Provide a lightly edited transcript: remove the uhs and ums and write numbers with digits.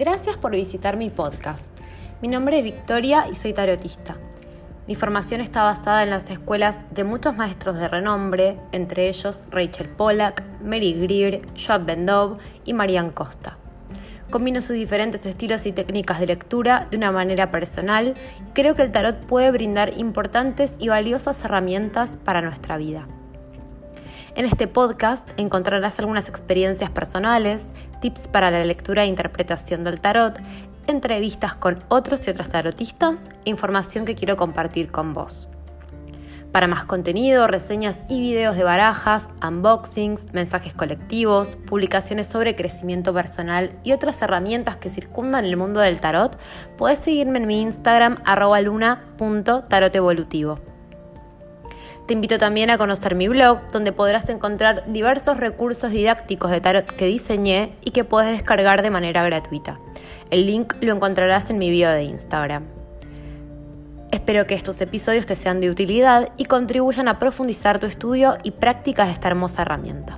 Gracias por visitar mi podcast. Mi nombre es Victoria y soy tarotista. Mi formación está basada en las escuelas de muchos maestros de renombre, entre ellos Rachel Pollack, Mary Greer, Joab Ben Dov y Marianne Costa. Combino sus diferentes estilos y técnicas de lectura de una manera personal y creo que el tarot puede brindar importantes y valiosas herramientas para nuestra vida. En este podcast encontrarás algunas experiencias personales, tips para la lectura e interpretación del tarot, entrevistas con otros y otras tarotistas e información que quiero compartir con vos. Para más contenido, reseñas y videos de barajas, unboxings, mensajes colectivos, publicaciones sobre crecimiento personal y otras herramientas que circundan el mundo del tarot, podés seguirme en mi Instagram @luna.tarotevolutivo. Te invito también a conocer mi blog, donde podrás encontrar diversos recursos didácticos de tarot que diseñé y que puedes descargar de manera gratuita. El link lo encontrarás en mi bio de Instagram. Espero que estos episodios te sean de utilidad y contribuyan a profundizar tu estudio y práctica de esta hermosa herramienta.